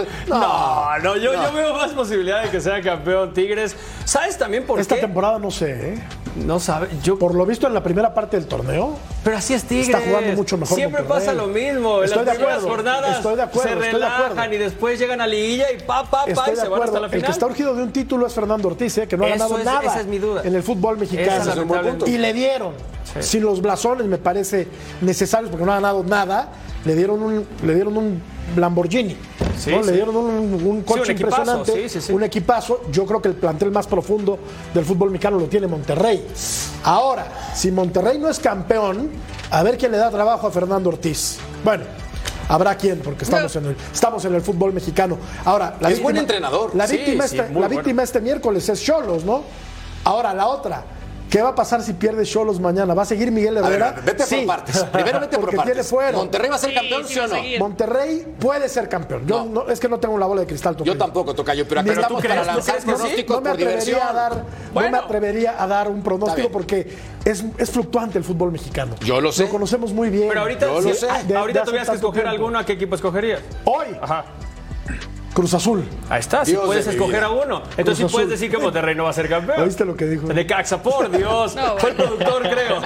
Yo veo más posibilidad de que sea campeón Tigres. ¿Sabes también por Esta qué? temporada no sé, ¿eh? No sabe. Por lo visto en la primera parte del torneo. Pero así es Tigres. Está jugando mucho mejor. Siempre Monterrey. pasa lo mismo. En Estoy las de primeras acuerdo, jornadas estoy de acuerdo, se estoy de relajan acuerdo. y después llegan a liguilla y Estoy y de se van hasta acuerdo. la El que final. está urgido de un título es Fernando Ortiz, que no ha ganado nada esa es mi duda. en el fútbol mexicano. Ese es un buen punto. Y le dieron, sin los blasones me parece necesarios, porque no ha ganado nada, le dieron un Lamborghini. ¿no? Le dieron un coche impresionante, un equipazo. Yo creo que el plantel más profundo del fútbol mexicano lo tiene Monterrey. Ahora, si Monterrey no es campeón, a ver quién le da trabajo a Fernando Ortiz. Bueno, habrá quien, porque estamos en el fútbol mexicano. Ahora, es buen entrenador. La víctima este miércoles es Xolos, ¿no? Ahora, la otra. ¿Qué va a pasar si pierde Xolos mañana? ¿Va a seguir Miguel Herrera? Vete por partes. Primero vete por partes. Tiene fuero. ¿Monterrey va a ser campeón, sí o no? Monterrey puede ser campeón. Yo es que no tengo la bola de cristal. Yo tampoco, Tocayo, pero acá estamos para lanzar pronósticos por diversión. No me atrevería a dar un pronóstico porque es fluctuante el fútbol mexicano. Yo lo sé. Lo conocemos muy bien. Pero ahorita, ahorita tuvieras que escoger alguno, ¿a qué equipo escogerías? Hoy. Ajá. Cruz Azul. Ahí está, si puedes escoger a uno. Entonces sí puedes decir que Monterrey no va a ser campeón. ¿Oíste lo que dijo? De Caxa, por Dios. Fue el productor, creo.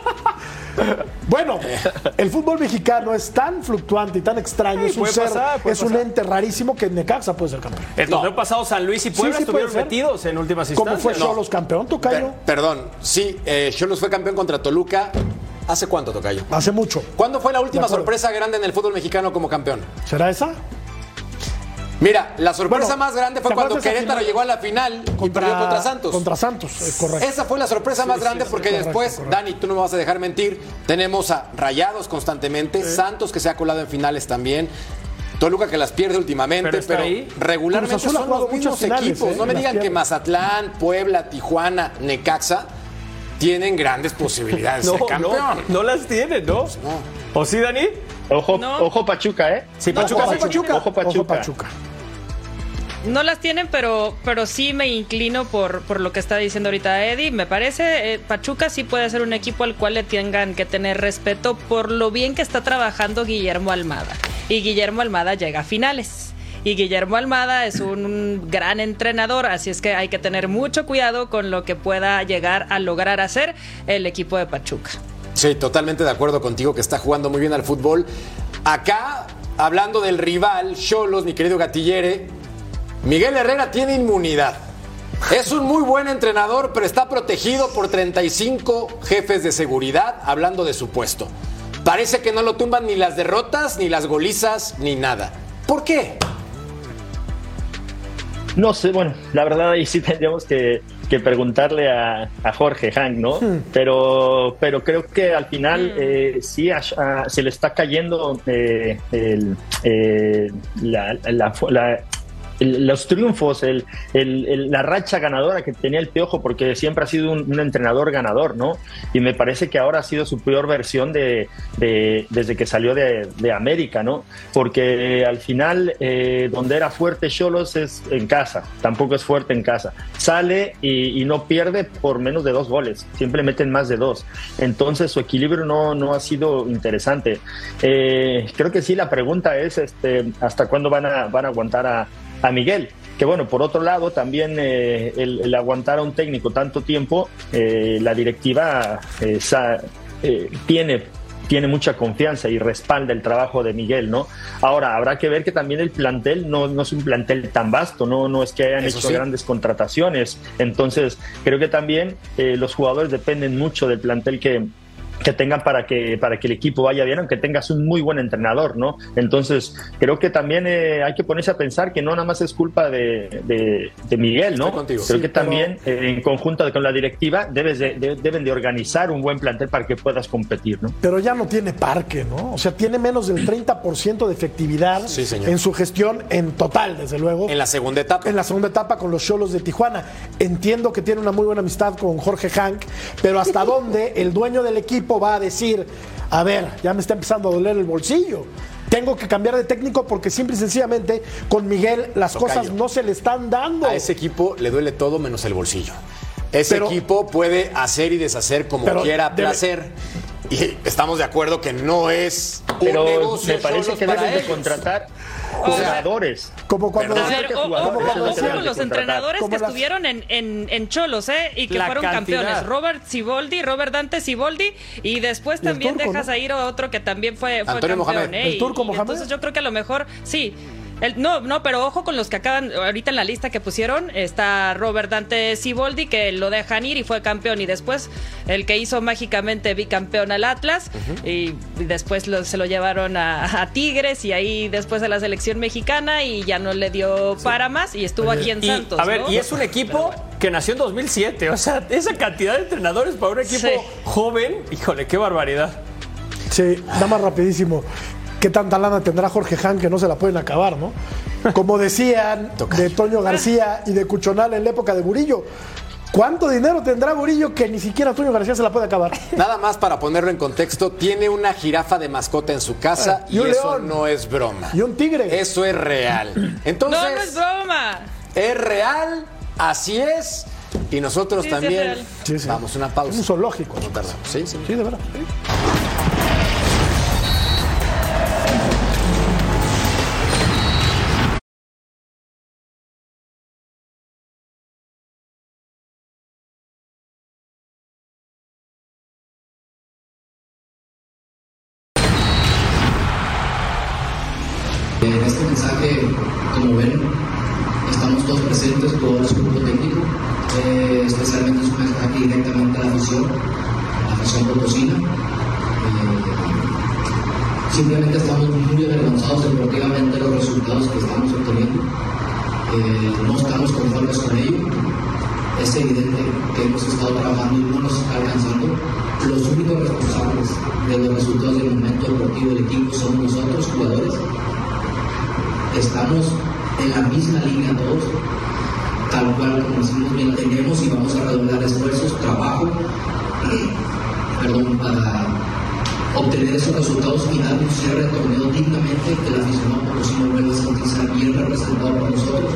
Bueno, el fútbol mexicano es tan fluctuante y tan extraño, es un ente rarísimo que Necaxa puede ser campeón. El torneo pasado San Luis y Puebla estuvieron metidos en últimas instancias. ¿Cómo fue Xolos campeón, Tocayo? Perdón, sí, Xolos fue campeón contra Toluca. ¿Hace cuánto, Tocayo? Hace mucho. ¿Cuándo fue la última sorpresa grande en el fútbol mexicano como campeón? ¿Será esa? Mira, la sorpresa Bueno, más grande fue ¿te cuando acuerdas esa Querétaro final? llegó a la final y perdió contra Santos. Contra Santos, correcto. Esa fue la sorpresa más grande porque correcto, después, correcto. Dani, tú no me vas a dejar mentir, tenemos a Rayados constantemente, Santos que se ha colado en finales también, Toluca que las pierde últimamente, Pero está pero ahí. regularmente Cruz Azul ha son jugado los mismos muchas finales, equipos. No me las digan que pierde. Mazatlán, Puebla, Tijuana, Necaxa tienen grandes posibilidades de ser campeón. No las tienen, ¿no? ¿O sí, Dani? Ojo Pachuca, ¿eh? Sí, Pachuca, sí. Ojo Pachuca. No las tienen, pero sí me inclino por lo que está diciendo ahorita Eddie. Me parece, Pachuca sí puede ser un equipo al cual le tengan que tener respeto por lo bien que está trabajando Guillermo Almada. Y Guillermo Almada llega a finales. Y Guillermo Almada es un gran entrenador, así es que hay que tener mucho cuidado con lo que pueda llegar a lograr hacer el equipo de Pachuca. Sí, totalmente de acuerdo contigo que está jugando muy bien al fútbol. Acá, hablando del rival, Xolos, mi querido Gatillere, Miguel Herrera tiene inmunidad. Es un muy buen entrenador, pero está protegido por 35 jefes de seguridad, hablando de su puesto. Parece que no lo tumban ni las derrotas, ni las golizas, ni nada. ¿Por qué? No sé, bueno, la verdad ahí sí tendríamos que preguntarle a Jorge Hank, ¿no? Pero creo que al final sí se le está cayendo los triunfos, la racha ganadora que tenía el Piojo, porque siempre ha sido un entrenador ganador, ¿no? Y me parece que ahora ha sido su peor versión desde que salió de América, ¿no? Porque al final, donde era fuerte Xolos es en casa, tampoco es fuerte en casa. Sale y no pierde por menos de 2 goles, siempre meten más de 2. Entonces su equilibrio no ha sido interesante. Creo que sí, la pregunta es ¿hasta cuándo van a aguantar a Miguel? Que bueno, por otro lado también el aguantar a un técnico tanto tiempo, la directiva tiene mucha confianza y respalda el trabajo de Miguel, ¿no? Ahora, habrá que ver que también el plantel no es un plantel tan vasto, no es que hayan hecho grandes contrataciones. Entonces, creo que también los jugadores dependen mucho del plantel que tengan para que el equipo vaya bien, aunque tengas un muy buen entrenador, ¿no? Entonces, creo que también hay que ponerse a pensar que no nada más es culpa de Miguel, ¿no? Creo que también en conjunto con la directiva deben de organizar un buen plantel para que puedas competir, ¿no? Pero ya no tiene parque, ¿no? O sea, tiene menos del 30% de efectividad en su gestión en total, desde luego. En la segunda etapa. En la segunda etapa con los Xolos de Tijuana. Entiendo que tiene una muy buena amistad con Jorge Hank, pero ¿hasta dónde el dueño del equipo va a decir, a ver, ya me está empezando a doler el bolsillo, tengo que cambiar de técnico porque simple y sencillamente con Miguel las cosas no se le están dando? A ese equipo le duele todo menos el bolsillo. Ese equipo puede hacer y deshacer como quiera a placer. Y estamos de acuerdo que no es un negocio. Me parece que deben de contratar jugadores. Como cuando los entrenadores que estuvieron en Xolos, y que fueron campeones. Robert Dante Siboldi, y después también dejas a ir a otro que también fue campeón. Mohamed. El Turco Mohamed. Entonces yo creo que a lo mejor sí. Pero ojo con los que acaban ahorita en la lista que pusieron. Está Robert Dante Siboldi, que lo dejan ir y fue campeón, y después el que hizo mágicamente bicampeón al Atlas, y después se lo llevaron a Tigres, y ahí después a la selección mexicana, y ya no le dio para más, y estuvo aquí en Santos. A ver, ¿no? y es un equipo que nació en 2007, o sea, esa cantidad de entrenadores para un equipo joven, híjole, qué barbaridad. Sí, nada más rapidísimo. ¿Qué tanta lana tendrá Jorge Hank que no se la pueden acabar, no? Como decían de Toño García y de Cuchonal en la época de Murillo. ¿Cuánto dinero tendrá Murillo que ni siquiera Toño García se la puede acabar? Nada más para ponerlo en contexto, tiene una jirafa de mascota en su casa y eso no es broma. Y un tigre. Eso es real. Entonces, no es broma. Es real, así es. Y nosotros también vamos a una pausa. Es un zoológico. No tardamos. Sí, de verdad. En este mensaje, como ven, estamos todos presentes, jugadores y grupo técnico. Especialmente es un mensaje directamente a la afición potosina. Simplemente estamos muy avergonzados deportivamente de los resultados que estamos obteniendo. No estamos conformes con ello. Es evidente que hemos estado trabajando y no nos está alcanzando. Los únicos responsables de los resultados del momento deportivo del equipo somos nosotros, jugadores. Estamos en la misma línea todos, tal cual como decimos bien, tenemos y vamos a redoblar esfuerzos, trabajo, para obtener esos resultados y dar un cierre de torneo dignamente, que el aficionado potosino vuelva a sentirse bien representado por nosotros.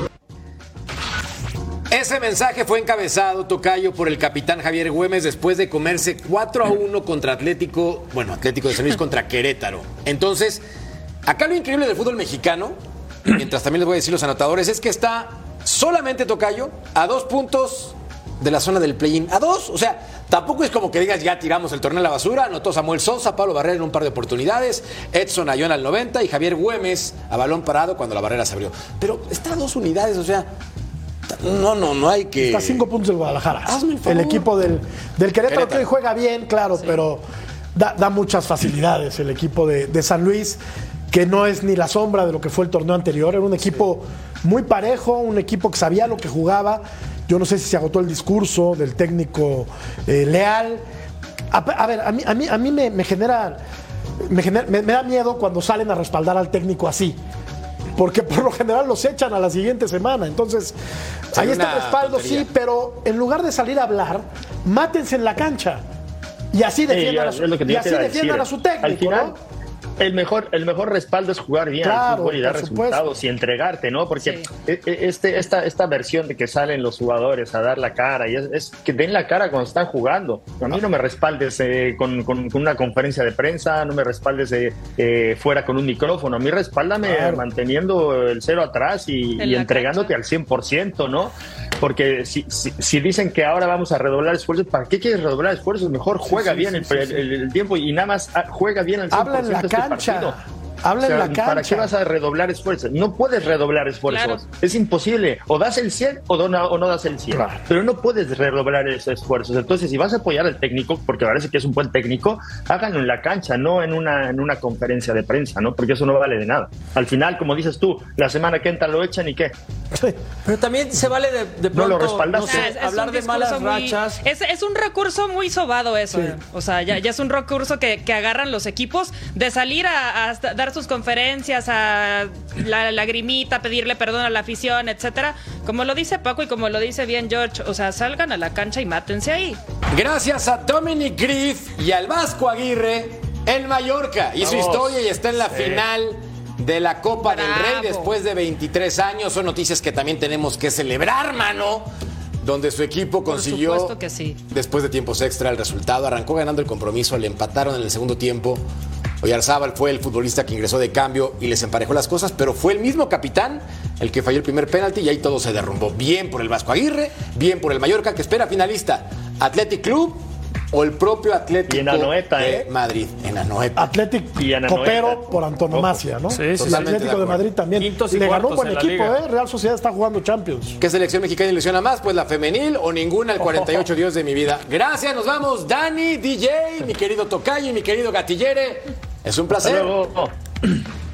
Ese mensaje fue encabezado, tocayo, por el capitán Javier Güemes después de comerse 4-1 contra Atlético de San Luis contra Querétaro. Entonces, acá lo increíble del fútbol mexicano, mientras también les voy a decir los anotadores, es que está solamente, tocayo, a 2 puntos de la zona del play-in. A 2, o sea, tampoco es como que digas ya tiramos el torneo a la basura. Anotó Samuel Sosa, Pablo Barrera en un par de oportunidades, Edson Ayón al 90 y Javier Güemes a balón parado cuando la barrera se abrió. Pero está a 2 unidades, o sea, no hay que... Está a 5 puntos del Guadalajara. Hazme el favor. El equipo del Querétaro, que hoy juega bien, claro, sí, pero da muchas facilidades el equipo de San Luis, que no es ni la sombra de lo que fue el torneo anterior. Era un equipo muy parejo, un equipo que sabía lo que jugaba. Yo no sé si se agotó el discurso del técnico Leal. A ver, a mí me genera... Me da miedo cuando salen a respaldar al técnico así, porque por lo general los echan a la siguiente semana. Entonces, ahí está el respaldo, tontería. Sí, pero en lugar de salir a hablar, mátense en la cancha y así defiendan, a su técnico. Al final, ¿no? El mejor respaldo es jugar bien al fútbol y dar resultados y entregarte, ¿no? Porque esta versión de que salen los jugadores a dar la cara, y es que den la cara cuando están jugando. A mí no me respaldes con una conferencia de prensa, no me respaldes fuera con un micrófono. A mí respáldame manteniendo el cero atrás y entregándote al 100%, ¿no? Porque si dicen que ahora vamos a redoblar esfuerzos, ¿para qué quieres redoblar esfuerzos? Mejor juega bien el tiempo y nada más juega bien al 100%. Habla en la cancha. Habla en la cancha. ¿Para qué vas a redoblar esfuerzos? No puedes redoblar esfuerzos. Claro. Es imposible. O das el 100 o no das el 100. Claro. Pero no puedes redoblar esos esfuerzos. Entonces, si vas a apoyar al técnico, porque parece que es un buen técnico, háganlo en la cancha, no en una conferencia de prensa, ¿no? Porque eso no vale de nada. Al final, como dices tú, la semana que entra lo echan y ¿qué? Pero también se vale de pronto, no lo respaldas. No sé, hablar de malas rachas. Es un recurso muy sobado eso. Sí. O sea, ya es un recurso que agarran los equipos de salir a dar sus conferencias, a la lagrimita, pedirle perdón a la afición, etcétera. Como lo dice Paco y como lo dice bien George, o sea, salgan a la cancha y mátense ahí. Gracias a Dominic Griff y al Vasco Aguirre, el Mallorca hizo historia y está en la final de la Copa del Rey después de 23 años. Son noticias que también tenemos que celebrar, mano. Donde su equipo consiguió, por supuesto que sí, después de tiempos extra, el resultado. Arrancó ganando el compromiso, le empataron en el segundo tiempo. Oyarzábal fue el futbolista que ingresó de cambio y les emparejó las cosas, pero fue el mismo capitán el que falló el primer penalti y ahí todo se derrumbó. Bien por el Vasco Aguirre, bien por el Mallorca, que espera finalista Athletic Club o el propio Atlético de Madrid. En Anoeta. Atlético Copero por antonomasia, ¿no? Sí, el Atlético de Madrid también. Le ganó un buen equipo, Real Sociedad está jugando Champions. ¿Qué selección mexicana ilusiona más? Pues la femenil o ninguna, el 48 Dios de mi vida. Gracias, nos vamos. Dani, DJ, mi querido Tocayo y mi querido Gatillere. Es un placer. Hasta luego.